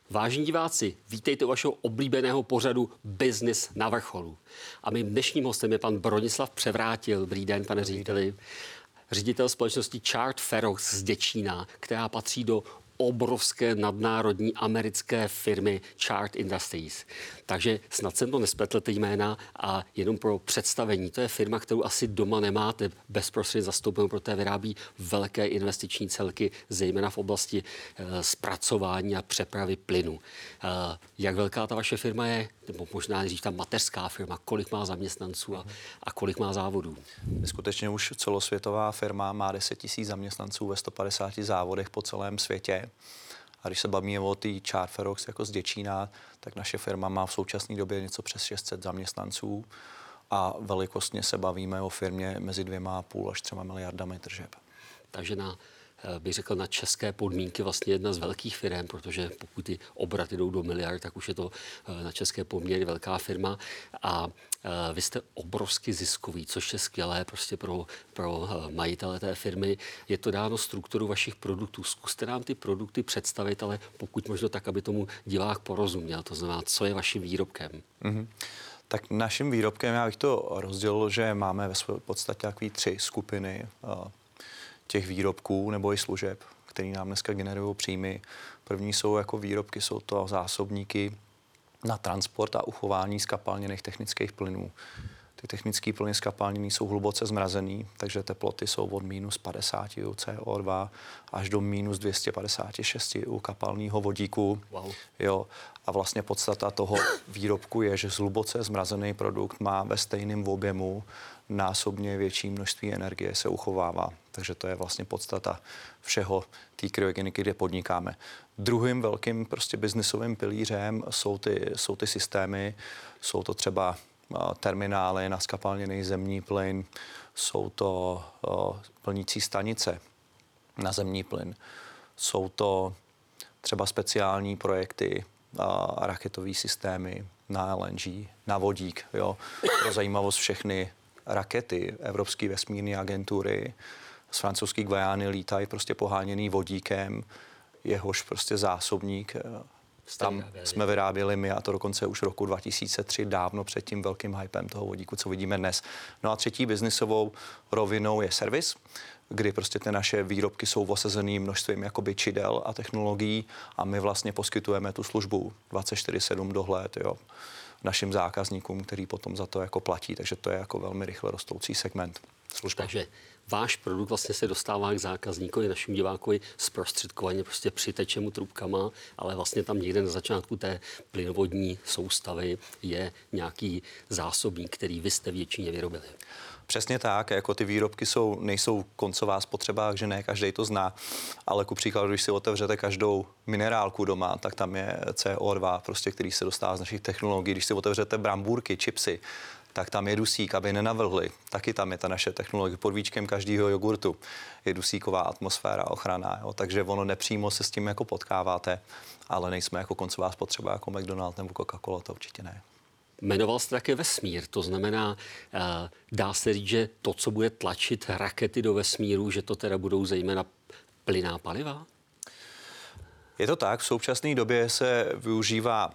Vážení diváci, vítejte u vašeho oblíbeného pořadu Business na vrcholu. A mým dnešním hostem je pan Bronislav Převrátil. Dobrý den, pane řediteli. Ředitel společnosti Chart Ferox z Děčína, která patří do obrovské nadnárodní americké firmy Chart Industries. Takže snad jsem to nespletl ty jména a jenom pro představení. To je firma, kterou asi doma nemáte bezprostředně zastoupenou, protože vyrábí velké investiční celky, zejména v oblasti zpracování a přepravy plynu. Jak velká ta vaše firma je, nebo možná nejdřív ta mateřská firma, kolik má zaměstnanců a kolik má závodů? Skutečně už celosvětová firma má 10 000 zaměstnanců ve 150 závodech po celém světě. A když se bavíme o té Chart Ferox jako z Děčína, tak naše firma má v současné době něco přes 600 zaměstnanců a velikostně se bavíme o firmě mezi 2,5 až 3 miliardami tržeb. Takže bych řekl, na české podmínky vlastně jedna z velkých firm, protože pokud ty obraty jdou do miliard, tak už je to na české poměry velká firma. A vy jste obrovsky ziskový, což je skvělé prostě pro majitele té firmy. Je to dáno strukturu vašich produktů. Zkuste nám ty produkty představit, ale pokud možno tak, aby tomu divák porozuměl. To znamená, co je vaším výrobkem. Mm-hmm. Tak naším výrobkem, já bych to rozdělil, že máme ve své podstatě takové 3 skupiny těch výrobků nebo i služeb, které nám dneska generují příjmy. První jsou jako výrobky, jsou to zásobníky na transport a uchování zkapalněných technických plynů. Ty technické plyny zkapalněný jsou hluboce zmrazený, takže teploty jsou od minus 50 u CO2 až do minus 256 u kapalného vodíku. Wow. Jo. A vlastně podstata toho výrobku je, že hluboce zmrazený produkt má ve stejném objemu násobně větší množství energie se uchovává. Takže to je vlastně podstata všeho té kryogeniky, kde podnikáme. Druhým velkým prostě biznisovým pilířem jsou ty systémy, jsou to třeba terminály na zkapalněný zemní plyn, jsou to plnící stanice na zemní plyn, jsou to třeba speciální projekty, raketové systémy na LNG, na vodík. Jo. Pro zajímavost všechny rakety Evropské vesmírné agentury z francouzské Guajány lítají prostě poháněný vodíkem, jehož prostě zásobník tam jsme vyráběli my, a to dokonce už roku 2003, dávno před tím velkým hypem toho vodíku, co vidíme dnes. No a třetí biznisovou rovinou je servis, kdy prostě ty naše výrobky jsou osazený množstvím jakoby čidel a technologií a my vlastně poskytujeme tu službu 24/7 dohled, jo, našim zákazníkům, který potom za to jako platí, takže to je jako velmi rychle rostoucí segment. Služba. Takže váš produkt vlastně se dostává k zákazníkovi, našim divákovi zprostředkovaně, prostě přiteče mu trubkama, ale vlastně tam někde na začátku té plynovodní soustavy je nějaký zásobník, který vy jste většině vyrobili. Přesně tak, jako ty výrobky nejsou koncová spotřeba, takže ne každý to zná, ale ku příkladu, když si otevřete každou minerálku doma, tak tam je CO2, prostě, který se dostává z našich technologií. Když si otevřete brambůrky, chipsy, tak tam je dusík, aby nenavlhli. Taky tam je ta naše technologie. Pod víčkem každého jogurtu je dusíková atmosféra, ochrana. Jo. Takže ono nepřímo se s tím jako potkáváte, ale nejsme jako koncová spotřeba jako McDonald's nebo Coca-Cola, to určitě ne. Jmenoval jste také vesmír, to znamená, dá se říct, že to, co bude tlačit rakety do vesmíru, že to teda budou zejména plynná paliva? Je to tak, v současné době se využívá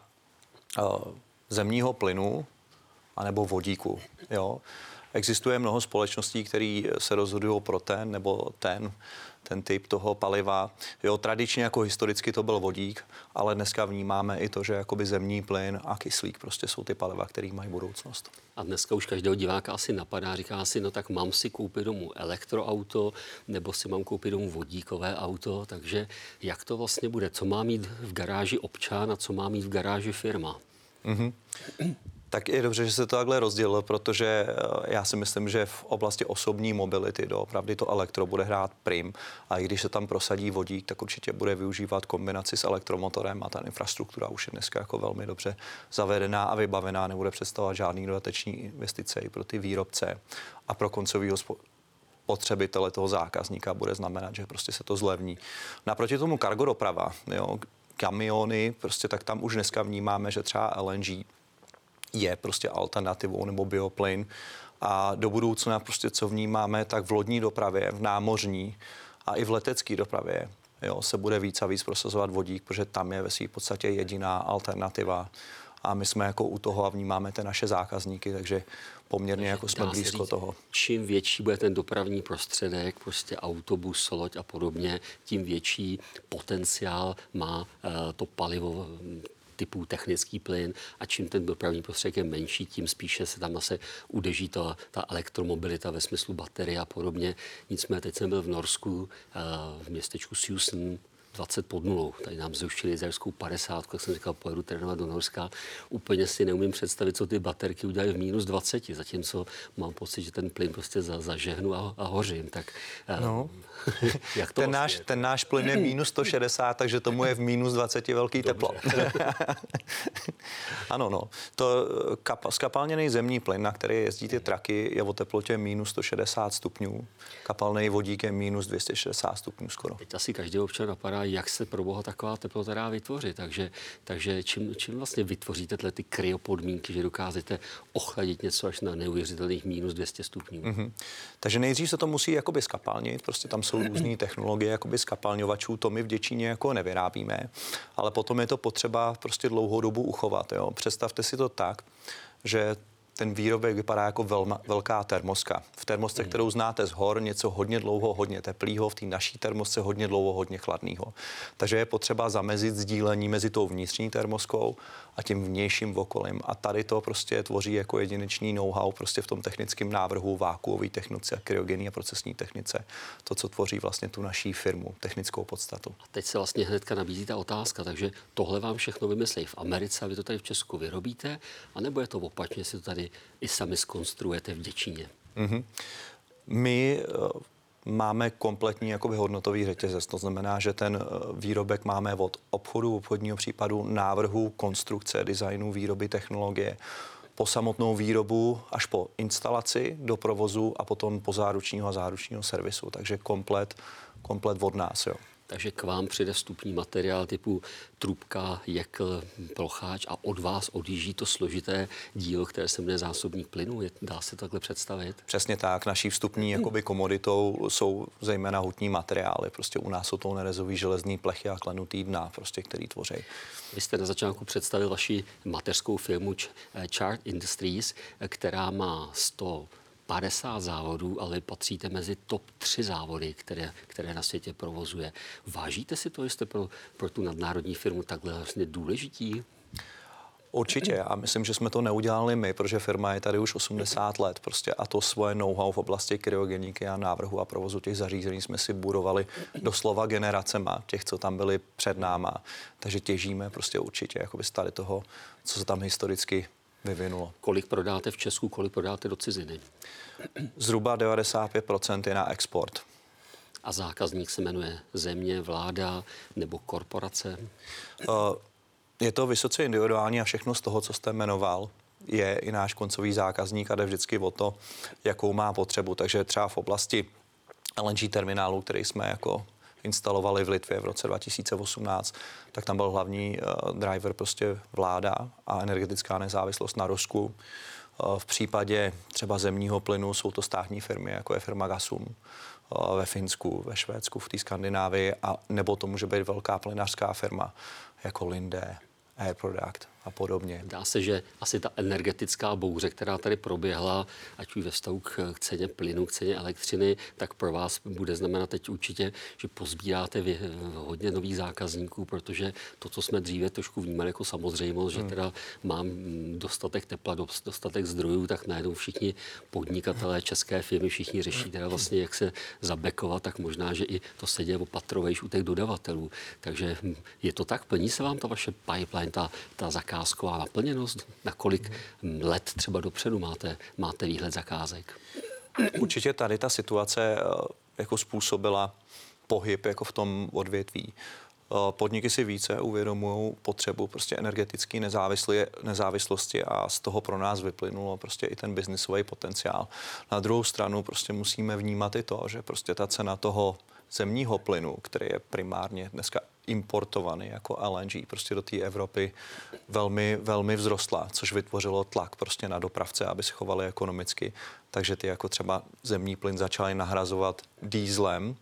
zemního plynu anebo vodíku. Jo. Existuje mnoho společností, které se rozhodují pro ten nebo ten typ toho paliva. Jo, tradičně jako historicky to byl vodík, ale dneska vnímáme i to, že jakoby zemní plyn a kyslík prostě jsou ty paliva, které mají budoucnost. A dneska už každého diváka asi napadá, říká si, no tak mám si koupit domů elektroauto, nebo si mám koupit domů vodíkové auto, takže jak to vlastně bude? Co má mít v garáži občan a co má mít v garáži firma? Mm-hmm. Tak je dobře, že se to takhle rozdělilo, protože já si myslím, že v oblasti osobní mobility doopravdy to elektro bude hrát prim a i když se tam prosadí vodík, tak určitě bude využívat kombinaci s elektromotorem a ta infrastruktura už je dneska jako velmi dobře zavedená a vybavená, nebude představovat žádný dodateční investice i pro ty výrobce a pro koncového spotřebitele toho zákazníka bude znamenat, že prostě se to zlevní. Naproti tomu cargo doprava, jo, kamiony, prostě tak tam už dneska vnímáme, že třeba LNG je prostě alternativou nebo bioplyn a do budoucna prostě co vnímáme, tak v lodní dopravě, v námořní a i v letecké dopravě jo, se bude víc a víc prosazovat vodík, protože tam je ve své podstatě jediná alternativa. A my jsme jako u toho a vnímáme ty naše zákazníky, takže poměrně jako jsme blízko toho. Čím větší bude ten dopravní prostředek, prostě autobus, loď a podobně, tím větší potenciál má to palivo typu technický plyn a čím ten dopravní prostředek je menší, tím spíše se tam zase udeží ta elektromobilita ve smyslu baterie a podobně. Nicméně teď jsem byl v Norsku, v městečku Houston, 20 pod nulou. Tady nám zrušili jezerskou 50, jak jsem říkal, pojedu trénovat do Norska. Úplně si neumím představit, co ty baterky udělají v minus 20, zatímco mám pocit, že ten plyn prostě zažehnu a hořím. Tak no. jak to ten náš plyn je minus 160, takže tomu je v minus 20 velký teplo. Ano, no. To skapalněný zemní plyn, na který jezdí ty traky, je o teplotě minus 160 stupňů. Kapalný vodík je minus 260 stupňů skoro. Teď asi každý občan napadá, jak se pro boha taková teplota dá vytvořit. Takže čím vlastně vytvoříte ty kryopodmínky, že dokážete ochladit něco až na neuvěřitelných minus 200 stupňů. Mm-hmm. Takže nejdřív se to musí jakoby skapalnit, prostě tam jsou různé technologie jakoby skapalňovačů, to my v Děčíně jako nevyrábíme, ale potom je to potřeba prostě dlouhou dobu uchovat. Jo. Představte si to tak, že ten výrobek vypadá jako velká termoska. V termosce, kterou znáte z hor, něco hodně dlouho, hodně teplýho, v té naší termosce hodně dlouho, hodně chladného. Takže je potřeba zamezit sdílení mezi tou vnitřní termoskou a tím vnějším okolím. A tady to prostě tvoří jako jedinečný know-how prostě v tom technickém návrhu, vákuové technice, kryogenní a procesní technice. To, co tvoří vlastně tu naší firmu, technickou podstatu. A teď se vlastně hnedka nabízí ta otázka, takže tohle vám všechno vymyslí v Americe a vy to tady v Česku vyrobíte, anebo je to opačně, si to tady i sami zkonstruujete v Děčíně? Mm-hmm. My máme kompletní jakoby hodnotový řetězec. To znamená, že ten výrobek máme od obchodu, obchodního případu, návrhu, konstrukce, designu, výroby, technologie, po samotnou výrobu až po instalaci do provozu a potom po záručního a záručního servisu. Takže komplet od nás. Jo. Takže k vám přijde vstupní materiál typu trubka, jekl, procháč a od vás odjíždí to složité dílo, které se jmenuje zásobník plynu. Dá se to takhle představit? Přesně tak. Naší vstupní jakoby komoditou jsou zejména hutní materiály. Prostě u nás jsou to nerezový železný plechy a klenutý dna, prostě, který tvoří. Vy jste na začátku představil vaši mateřskou firmu Chart Industries, která má 150 závodů, ale patříte mezi top 3 závody, které na světě provozuje. Vážíte si to, že jste pro tu nadnárodní firmu takhle vlastně důležití? Určitě a myslím, že jsme to neudělali my, protože firma je tady už 80 let prostě a to svoje know-how v oblasti kryogeniky a návrhu a provozu těch zařízení jsme si budovali doslova generacema, těch, co tam byli před náma. Takže těžíme prostě určitě jakoby z tady toho, co se tam historicky vyvinulo. Kolik prodáte v Česku, kolik prodáte do ciziny? Zhruba 95% je na export. A zákazník se jmenuje země, vláda nebo korporace? Je to vysoce individuální a všechno z toho, co jste jmenoval, je i náš koncový zákazník a jde vždycky o to, jakou má potřebu. Takže třeba v oblasti LNG terminálu, který jsme jako instalovali v Litvě v roce 2018, tak tam byl hlavní driver prostě vláda a energetická nezávislost na Rusku. V případě třeba zemního plynu jsou to státní firmy, jako je firma Gasum ve Finsku, ve Švédsku, v té Skandinávii, a nebo to může být velká plynařská firma, jako Linde, Air Product a podobně. Dá se, že asi ta energetická bouře, která tady proběhla, ať už ve vztahu k ceně plynu, k ceně elektřiny, tak pro vás bude znamenat teď určitě, že pozbíráte hodně nových zákazníků, protože to, co jsme dříve trošku vnímali jako samozřejmost, že teda mám dostatek tepla, dostatek zdrojů, tak najednou všichni podnikatelé, české firmy, všichni řeší teda vlastně, jak se zabekovat, tak možná, že i to se děje opatrovejš u těch dodavatelů. Takže je to tak, plní se vám ta vaše pipeline, ta zakázková naplněnost? Na kolik let třeba dopředu máte výhled zakázek? Určitě tady ta situace jako způsobila pohyb jako v tom odvětví. Podniky si více uvědomují potřebu prostě energetické nezávislosti a z toho pro nás vyplynulo prostě i ten biznisový potenciál. Na druhou stranu prostě musíme vnímat i to, že prostě ta cena toho zemního plynu, který je primárně dneska importovaný jako LNG prostě do té Evropy, velmi, velmi vzrostla, což vytvořilo tlak prostě na dopravce, aby se chovali ekonomicky. Takže ty jako třeba zemní plyn začaly nahrazovat dieselem,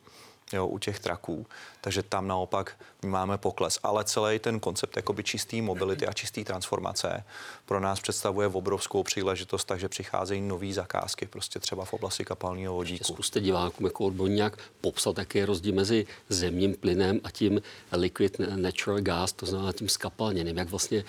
jo, u těch traků. Takže tam naopak máme pokles. Ale celý ten koncept jakoby čistý mobility a čistý transformace pro nás představuje obrovskou příležitost, takže přicházejí nové zakázky, prostě třeba v oblasti kapalného vodíku. Zkuste divákům jako odborník popsat, jaký je rozdíl mezi zemním plynem a tím liquid natural gas, to znamená tím skapalněným. Jak vlastně,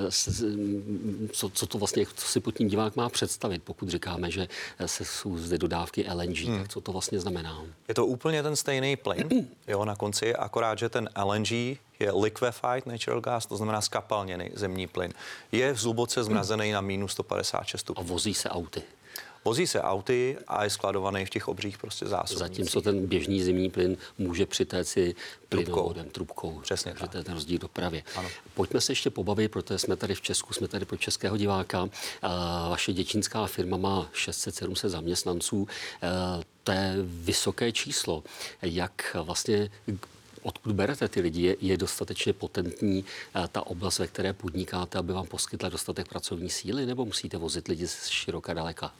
co to vlastně, co si pod tím divák má představit, pokud říkáme, že jsou zde dodávky LNG, tak co to vlastně znamená? Je to úplně ten stejný plyn, jo, na konci, akorát, že ten LNG je liquefied natural gas, to znamená skapalněný zemní plyn. Je hluboce zmrazený na minus 156 stupňů. A vozí se auty. Vozí se auty a je skladovaný v těch obřích prostě zásobnících. Zatímco ten běžný zemní plyn může přitéct si plynovodem, trubkou. Přesně takže tak. to je ten rozdíl v dopravě. Ano. Pojďme se ještě pobavit, protože jsme tady v Česku, jsme tady pro českého diváka. Vaše děčínská firma má 600-700 zaměstnanců. To je vysoké číslo. Jak vlastně odkud berete ty lidi? Je dostatečně potentní ta oblast, ve které podnikáte, aby vám poskytla dostatek pracovní síly, nebo musíte vozit lidi z široka daleka?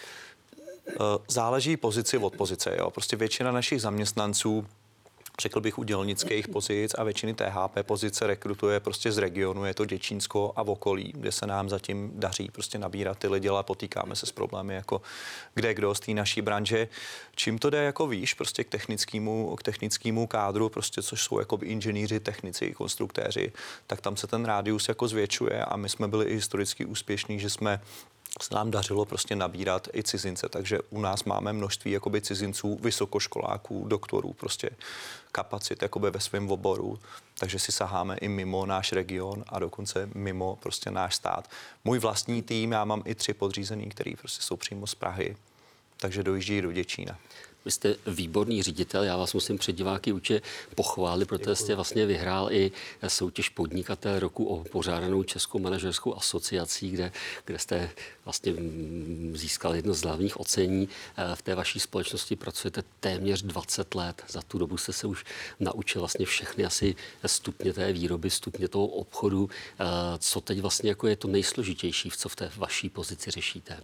Záleží pozici od pozice. Jo. Prostě většina našich zaměstnanců, řekl bych, u dělnických pozic a většiny THP pozice rekrutuje prostě z regionu, je to Děčínsko a v okolí, kde se nám zatím daří prostě nabírat ty lidi, ale potýkáme se s problémy jako kdo z té naší branže. Čím to jde jako výš prostě k technickému kádru, prostě, což jsou jako inženýři, technici, konstruktéři, tak tam se ten rádius jako zvětšuje a my jsme byli i historicky úspěšní, že se nám dařilo prostě nabírat i cizince, takže u nás máme množství jakoby cizinců, vysokoškoláků, doktorů, prostě kapacit jakoby ve svém oboru, takže si saháme i mimo náš region a dokonce mimo prostě náš stát. Můj vlastní tým, já mám i 3 podřízený, který prostě jsou přímo z Prahy, takže dojíždí do Děčína. Vy jste výborný ředitel, já vás musím před diváky určitě pochválit, protože jste vlastně vyhrál i soutěž podnikatel roku o pořádanou Českou manažerskou asociací, kde jste vlastně získal jedno z hlavních ocení. V té vaší společnosti pracujete téměř 20 let. Za tu dobu jste se už naučil vlastně všechny asi stupně té výroby, stupně toho obchodu. Co teď vlastně jako je to nejsložitější, co v té vaší pozici řešíte?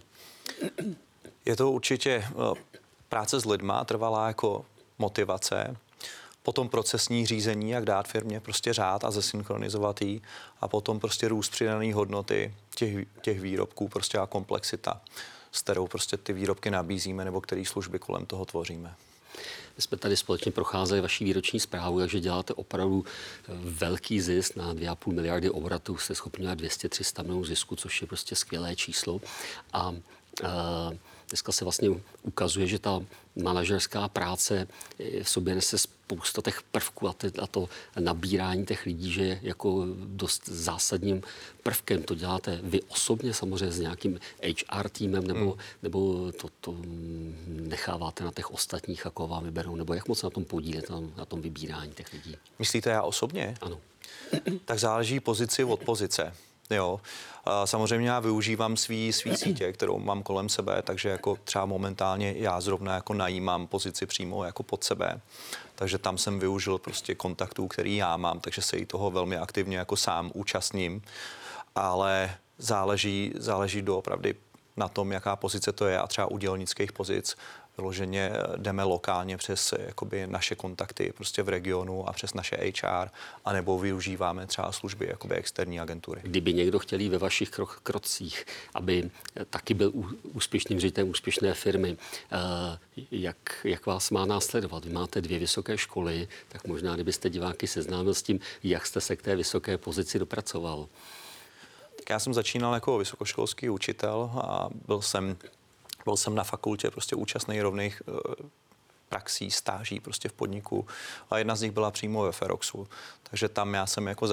Je to určitě práce s lidma, trvalá jako motivace, potom procesní řízení, jak dát firmě prostě řád a zesynchronizovat ji a potom prostě růst přidané hodnoty těch výrobků prostě a komplexita, s kterou prostě ty výrobky nabízíme nebo který služby kolem toho tvoříme. My jsme tady společně procházeli vaši výroční zprávu, takže děláte opravdu velký zisk na 2,5 miliardy obratů, jste schopni dělat 200-300 milionů zisku, což je prostě skvělé číslo. A dneska se vlastně ukazuje, že ta manažerská práce v sobě nese spousta těch prvků a to nabírání těch lidí, že je jako dost zásadním prvkem. To děláte vy osobně samozřejmě s nějakým HR týmem nebo to necháváte na těch ostatních, jako vám vyberou, nebo jak moc na tom podílíte, na tom vybírání těch lidí? Myslíte já osobně? Ano. Tak záleží pozici od pozice. Jo. Samozřejmě já využívám svý sítě, kterou mám kolem sebe, takže jako třeba momentálně já zrovna jako najímám pozici přímo jako pod sebe. Takže tam jsem využil prostě kontaktů, který já mám, takže se i toho velmi aktivně jako sám účastním. Ale záleží doopravdy na tom, jaká pozice to je a třeba u dělnických pozic vyloženě jdeme lokálně přes jakoby naše kontakty prostě v regionu a přes naše HR, anebo využíváme třeba služby jakoby externí agentury. Kdyby někdo chtěl jít ve vašich krocích, aby taky byl úspěšným ředitelem úspěšné firmy, jak vás má následovat? Vy máte 2 vysoké školy, tak možná, kdybyste diváky seznámil s tím, jak jste se k té vysoké pozici dopracoval. Tak já jsem začínal jako vysokoškolský učitel a byl jsem na fakultě prostě účastný rovných praxí, stáží prostě v podniku a jedna z nich byla přímo ve Feroxu. Takže tam já jsem jako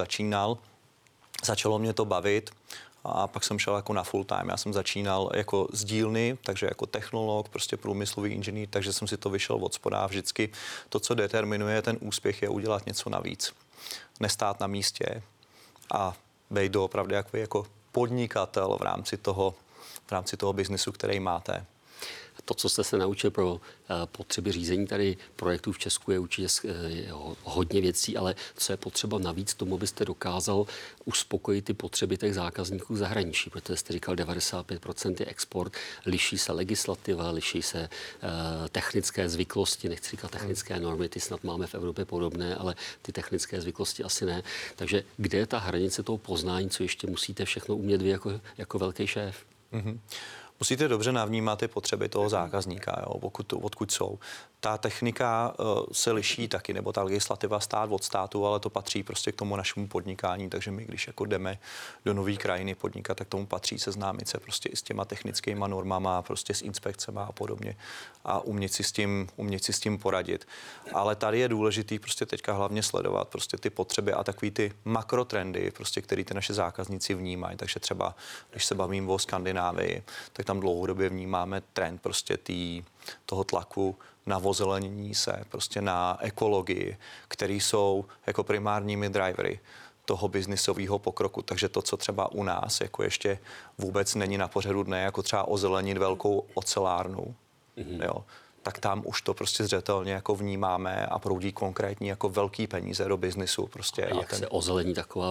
začalo mě to bavit a pak jsem šel jako na full time. Já jsem začínal jako z dílny, takže jako technolog, prostě průmyslový inženýr, takže jsem si to vyšel od spoda. Vždycky to, co determinuje ten úspěch, je udělat něco navíc. Nestát na místě a být doopravdy jako podnikatel v rámci toho biznisu, který máte. To, co jste se naučil pro potřeby řízení tady projektů v Česku, je určitě hodně věcí, ale co je potřeba navíc tomu, abyste dokázal uspokojit ty potřeby těch zákazníků v zahraničí, protože jste říkal, 95% je export, liší se legislativa, liší se technické zvyklosti, nechci říkat technické normy, ty snad máme v Evropě podobné, ale ty technické zvyklosti asi ne. Takže kde je ta hranice toho poznání, co ještě musíte všechno umět vy jako velký šéf? Mm-hmm. Musíte dobře navnímat ty potřeby toho zákazníka, jo, odkud jsou. Ta technika se liší taky, nebo ta legislativa stát od státu, ale to patří prostě k tomu našemu podnikání, takže my, když jako jdeme do nové krajiny podnikat, tak tomu patří seznámit se prostě i s těma technickýma normama, prostě s inspekcemi a podobně a umět si s tím poradit. Ale tady je důležitý prostě teďka hlavně sledovat prostě ty potřeby a takový ty makrotrendy, prostě, který ty naše zákazníci vnímají. Takže třeba, když se bavím o Skandinávii, tak tam dlouhodobě vnímáme trend prostě toho tlaku na ozelenění se, prostě na ekologii, který jsou jako primárními drivery toho biznisového pokroku. Takže to, co třeba u nás jako ještě vůbec není na pořadu dne, jako třeba ozelenit velkou ocelárnu, jo, tak tam už to prostě zřetelně jako vnímáme a proudí konkrétní jako velký peníze do biznisu. Prostě. A jak se ozelení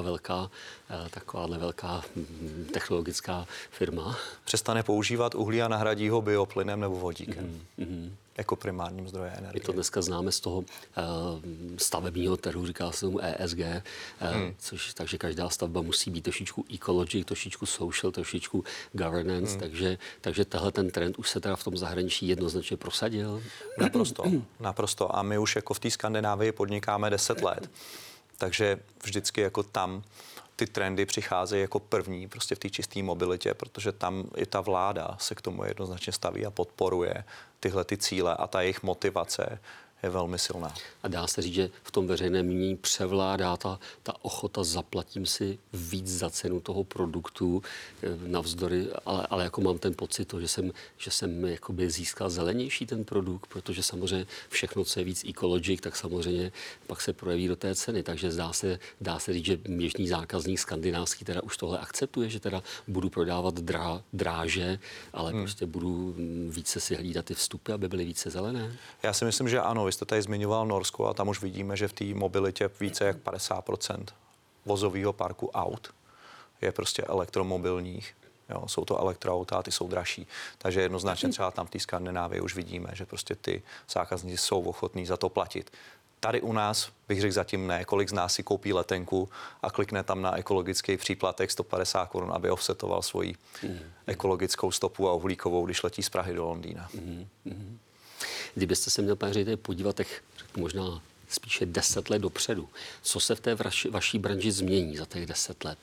takováhle velká technologická firma? Přestane používat uhlí a nahradí ho bioplynem nebo vodíkem. Jako primárním zdroje energie. My to dneska známe z toho stavebního trhu, říká se tomu ESG, takže každá stavba musí být trošičku ecology, trošičku social, trošičku governance, takže tahle ten trend už se teda v tom zahraničí jednoznačně prosadil. Naprosto. A my už jako v té Skandinávii podnikáme 10 let, takže vždycky jako tam ty trendy přicházejí jako první prostě v té čisté mobilitě, protože tam i ta vláda se k tomu jednoznačně staví a podporuje tyhle ty cíle a ta jejich motivace je velmi silná. A dá se říct, že v tom veřejném mínění převládá ta ochota zaplatím si víc za cenu toho produktu navzdory, ale jako mám ten pocit, že jsem jakoby získal zelenější ten produkt, protože samozřejmě všechno, co je víc ecologic, tak samozřejmě pak se projeví do té ceny. Takže dá se říct, že běžný zákazník skandinávský teda už tohle akceptuje, že teda budu prodávat dráže, ale prostě budu více si hlídat ty vstupy, aby byly více zelené. Já si myslím, že ano. Vy jste tady zmiňoval Norsko a tam už vidíme, že v té mobilitě více jak 50% vozového parku aut je prostě elektromobilních. Jo, jsou to elektroauta, ty jsou dražší. Takže jednoznačně třeba tam v té Skandinávii už vidíme, že prostě ty zákazníci jsou ochotní za to platit. Tady u nás bych řekl zatím ne. Kolik z nás si koupí letenku a klikne tam na ekologický příplatek 150 Kč, aby offsetoval svoji ekologickou stopu a uhlíkovou, když letí z Prahy do Londýna. Kdybyste se měl, pane řediteli, podívat možná spíše 10 let dopředu, co se v té vaší branži změní za těch 10 let?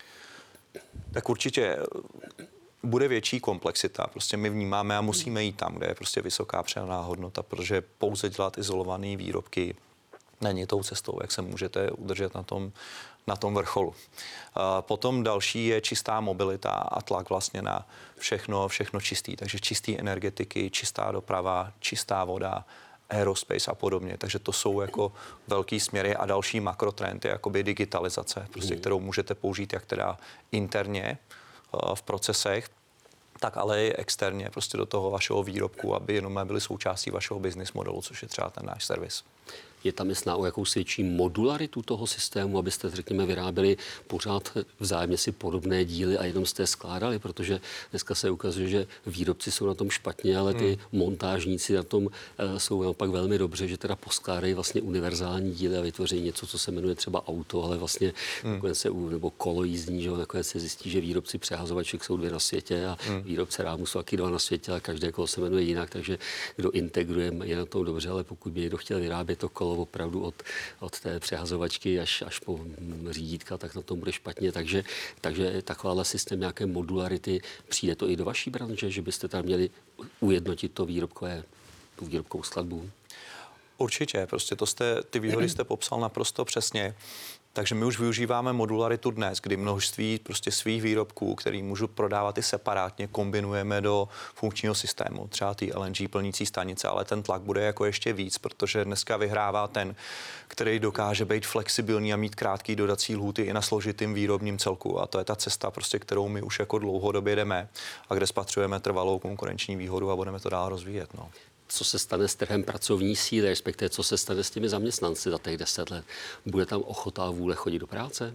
Tak určitě bude větší komplexita. Prostě my vnímáme a musíme jít tam, kde je prostě vysoká přidaná hodnota, protože pouze dělat izolované výrobky není tou cestou, jak se můžete udržet na tom vrcholu. Potom další je čistá mobilita a tlak vlastně na všechno čistý. Takže čistý energetiky, čistá doprava, čistá voda, aerospace a podobně. Takže to jsou jako velký směry a další makrotrend je jakoby digitalizace, prostě, kterou můžete použít jak teda interně v procesech, tak ale i externě prostě do toho vašeho výrobku, aby jenom byly součástí vašeho business modelu, což je třeba ten náš servis. Je tam jasná o jakousi větší modularitu toho systému, abyste, řekněme, vyráběli pořád vzájemně si podobné díly a jenom jste je skládali, protože dneska se ukazuje, že výrobci jsou na tom špatně, ale ty montážníci na tom jsou naopak velmi dobře, že teda poskládají vlastně univerzální díly a vytvoří něco, co se jmenuje třeba auto, ale vlastně nakonec se, nebo kolo jízdní, že nakonec se zjistí, že výrobci přehazovaček jsou 2 na světě a výrobce rámů jsou taky 2 na světě, ale každé kolo se jmenuje jinak, takže kdo integruje, je na tom dobře, ale pokud by někdo chtěl vyrábět to kolo opravdu od té přehazovačky až po řídítka, tak na tom bude špatně. Takže takováhle systém nějaké modularity, přijde to i do vaší branže, že byste tam měli ujednotit tu výrobkovou skladbu? Určitě, prostě ty výhody jste popsal naprosto přesně. Takže my už využíváme modularitu dnes, kdy množství prostě svých výrobků, který můžu prodávat i separátně, kombinujeme do funkčního systému, třeba ty LNG plnící stanice, ale ten tlak bude jako ještě víc, protože dneska vyhrává ten, který dokáže být flexibilní a mít krátký dodací lhůty i na složitým výrobním celku. A to je ta cesta, prostě, kterou my už jako dlouhodobě jdeme a kde spatřujeme trvalou konkurenční výhodu a budeme to dál rozvíjet. No. Co se stane s trhem pracovní síly, respektive co se stane s těmi zaměstnanci za těch 10 let? Bude tam ochota a vůle chodit do práce?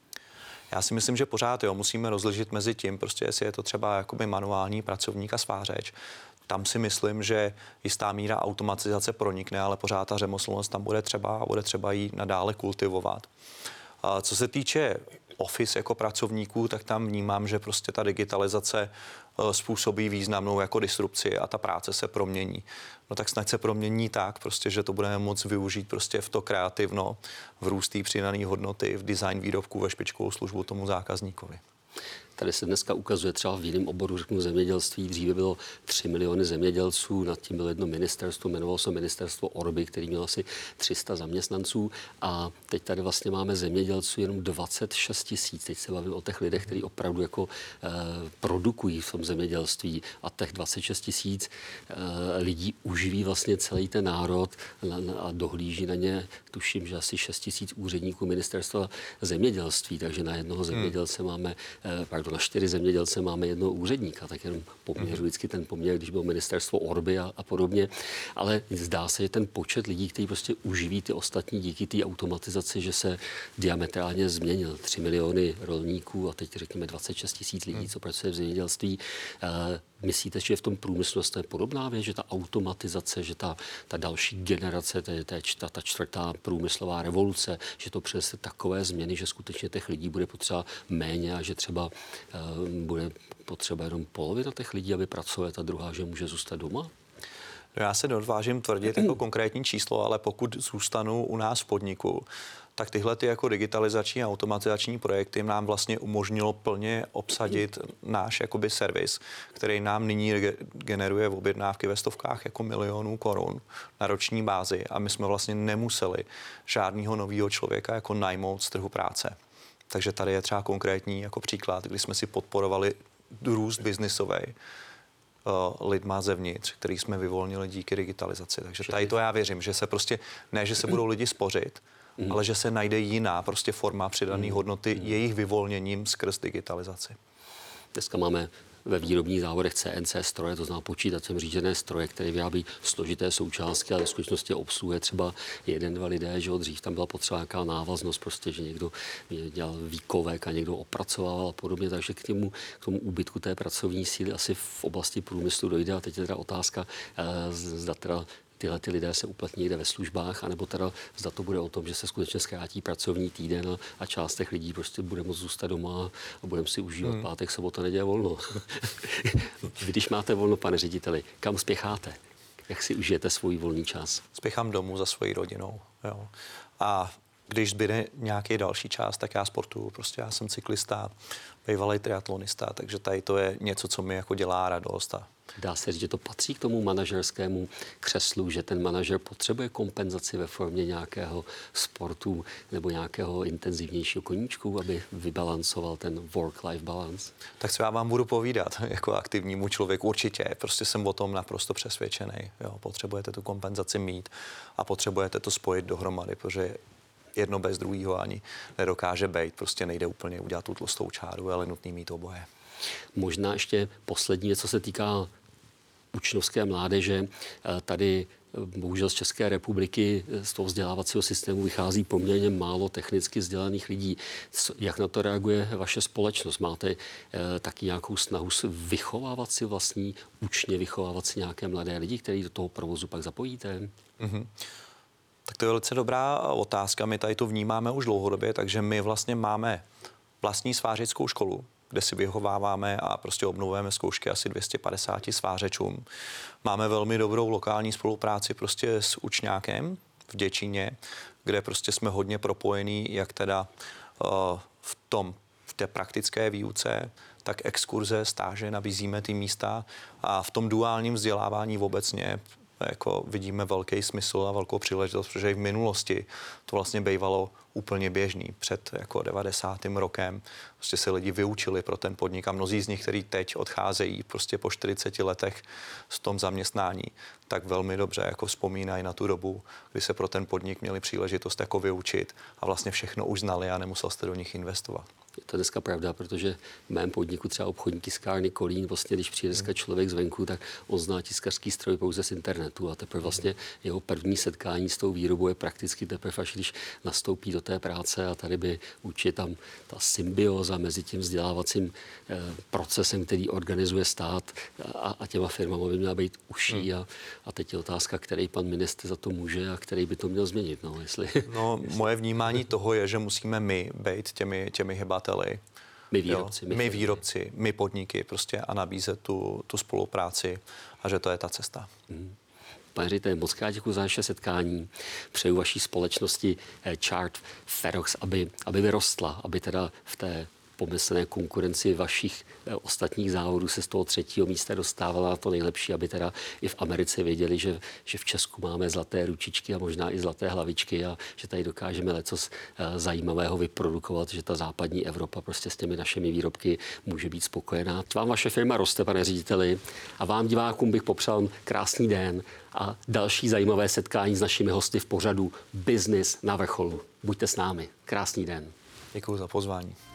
Já si myslím, že pořád musíme rozlišit mezi tím, prostě jestli je to třeba jakoby manuální pracovník a svářeč. Tam si myslím, že jistá míra automatizace pronikne, ale pořád ta řemeslnost tam bude třeba ji nadále kultivovat. A co se týče Office jako pracovníků, tak tam vnímám, že prostě ta digitalizace způsobí významnou jako disrupci a ta práce se promění. No tak snad se promění tak, prostě, že to budeme moct využít prostě v to kreativno, v růst přidané hodnoty, v design výrobků, ve špičkovou službu tomu zákazníkovi. Tady se dneska ukazuje třeba v jiném oboru, řeknu zemědělství. Dříve bylo 3 miliony zemědělců, nad tím bylo jedno ministerstvo, jmenovalo se ministerstvo Orby, který mělo asi 300 zaměstnanců. A teď tady vlastně máme zemědělců jenom 26 000. Teď se bavím o těch lidech, kteří opravdu jako produkují v tom zemědělství. A těch 26 000 lidí uživí vlastně celý ten národ a dohlíží na ně. Tuším, že asi 6 000 úředníků ministerstva zemědělství, takže na jednoho zemědělce máme, na 4 zemědělce máme jednoho úředníka, tak jenom poměřu vždycky ten poměr, když bylo ministerstvo Orby a podobně. Ale zdá se, že ten počet lidí, kteří prostě uživí ty ostatní díky té automatizaci, že se diametrálně změnil. 3 miliony rolníků a teď řekněme 26 000 lidí, co pracuje v zemědělství. Myslíte, že v tom průmyslu je podobná věc, že ta automatizace, že ta další generace, ta čtvrtá průmyslová revoluce, že to přinese takové změny, že skutečně těch lidí bude potřeba méně a že třeba bude potřeba jenom polovina těch lidí, aby pracovala, ta druhá, že může zůstat doma? Já se neodvážím tvrdit jako konkrétní číslo, ale pokud zůstanu u nás v podniku, tak tyhle ty jako digitalizační a automatizační projekty nám vlastně umožnilo plně obsadit náš jakoby servis, který nám nyní generuje v objednávky ve stovkách jako milionů korun na roční bázi a my jsme vlastně nemuseli žádného nového člověka jako najmout z trhu práce. Takže tady je třeba konkrétní jako příklad, kdy jsme si podporovali růst biznisový lidma zevnitř, který jsme vyvolnili díky digitalizaci. Takže tady to já věřím, že se prostě, ne, že se budou lidi spořit, ale že se najde jiná prostě forma přidané hodnoty jejich vyvolněním skrz digitalizaci. Dneska máme ve výrobních závodech CNC stroje, to znamená počítačem řízené stroje, které vyrábí složité součástky, ale v skutečnosti obsluhuje třeba 1-2 lidé, že dřív tam byla potřeba nějaká návaznost, prostě, že někdo dělal výkovek a někdo opracoval a podobně, takže k tomu úbytku té pracovní síly asi v oblasti průmyslu dojde. A teď je teda otázka, zda teda tyhle ty lidé se uplatní někde ve službách, anebo teda zda to bude o tom, že se skutečně zkrátí pracovní týden a část těch lidí prostě bude moct zůstat doma a budeme si užívat pátek, sobota, neděle volno. Vy, když máte volno, pane řediteli, kam spěcháte? Jak si užijete svůj volný čas? Spěchám domů za svojí rodinou. Jo. A když zbyde nějaký další čas, tak já sportuju. Prostě já jsem cyklista, bývalý triatlonista, takže tady to je něco, co mi jako dělá radost. Dá se říct, že to patří k tomu manažerskému křeslu, že ten manažer potřebuje kompenzaci ve formě nějakého sportu nebo nějakého intenzivnějšího koníčku, aby vybalancoval ten work-life balance? Tak co já vám budu povídat jako aktivnímu člověku? Určitě, prostě jsem o tom naprosto přesvědčený. Jo, potřebujete tu kompenzaci mít a potřebujete to spojit dohromady, protože jedno bez druhého ani nedokáže být. Prostě nejde úplně udělat tu tlustou čáru, ale nutný mít oboje. Možná ještě poslední, co se týká učňovské mládeže. Tady bohužel z České republiky z toho vzdělávacího systému vychází poměrně málo technicky vzdělaných lidí. Jak na to reaguje vaše společnost? Máte taky nějakou snahu vychovávat si vlastní učně, vychovávat si nějaké mladé lidi, který do toho provozu pak zapojíte? Mm-hmm. Tak to je velice dobrá otázka. My tady to vnímáme už dlouhodobě, takže my vlastně máme vlastní svářeckou školu, kde si vychováváme a prostě obnovujeme zkoušky asi 250 svářečům. Máme velmi dobrou lokální spolupráci prostě s učňákem v Děčíně, kde prostě jsme hodně propojení, jak teda v té praktické výuce, tak exkurze, stáže, nabízíme ty místa a v tom duálním vzdělávání obecně jako vidíme velký smysl a velkou příležitost, protože i v minulosti to vlastně bývalo úplně běžný. Před jako 90. rokem prostě se lidi vyučili pro ten podnik a mnozí z nich, kteří teď odcházejí prostě po 40 letech z tom zaměstnání, tak velmi dobře jako vzpomínají na tu dobu, kdy se pro ten podnik měli příležitost jako vyučit a vlastně všechno už znali a nemusel jste do nich investovat. Je to dneska pravda, protože v mém podniku třeba obchodní tiskárny Kolín, vlastně když přijde dneska člověk zvenku, tak on zná tiskařský stroj pouze z internetu a teprve vlastně jeho první setkání s tou výrobou je prakticky teprve až když nastoupí do té práce a tady by určitě tam ta symbioza mezi tím vzdělávacím procesem, který organizuje stát a těma firmama by měla být užší a teď je otázka, který pan ministr za to může a který by to měl změnit. No, jestli... No, moje vnímání toho je, že musíme my být těmi hybateli. My výrobci, my podniky prostě a nabízet tu spolupráci a že to je ta cesta. Pane řediteli, moc krát děkuji za naše setkání. Přeju vaší společnosti Chart Ferox, aby vyrostla, aby teda v té pomyslné konkurenci vašich ostatních závodů se z toho 3. místa dostávala to nejlepší, aby teda i v Americe věděli, že v Česku máme zlaté ručičky a možná i zlaté hlavičky a že tady dokážeme lecos zajímavého vyprodukovat, že ta západní Evropa prostě s těmi našimi výrobky může být spokojená. Vám vaše firma roste, pane řediteli, a vám divákům bych popřál krásný den a další zajímavé setkání s našimi hosty v pořadu Business na vrcholu. Buďte s námi. Krásný den. Děkuji za pozvání.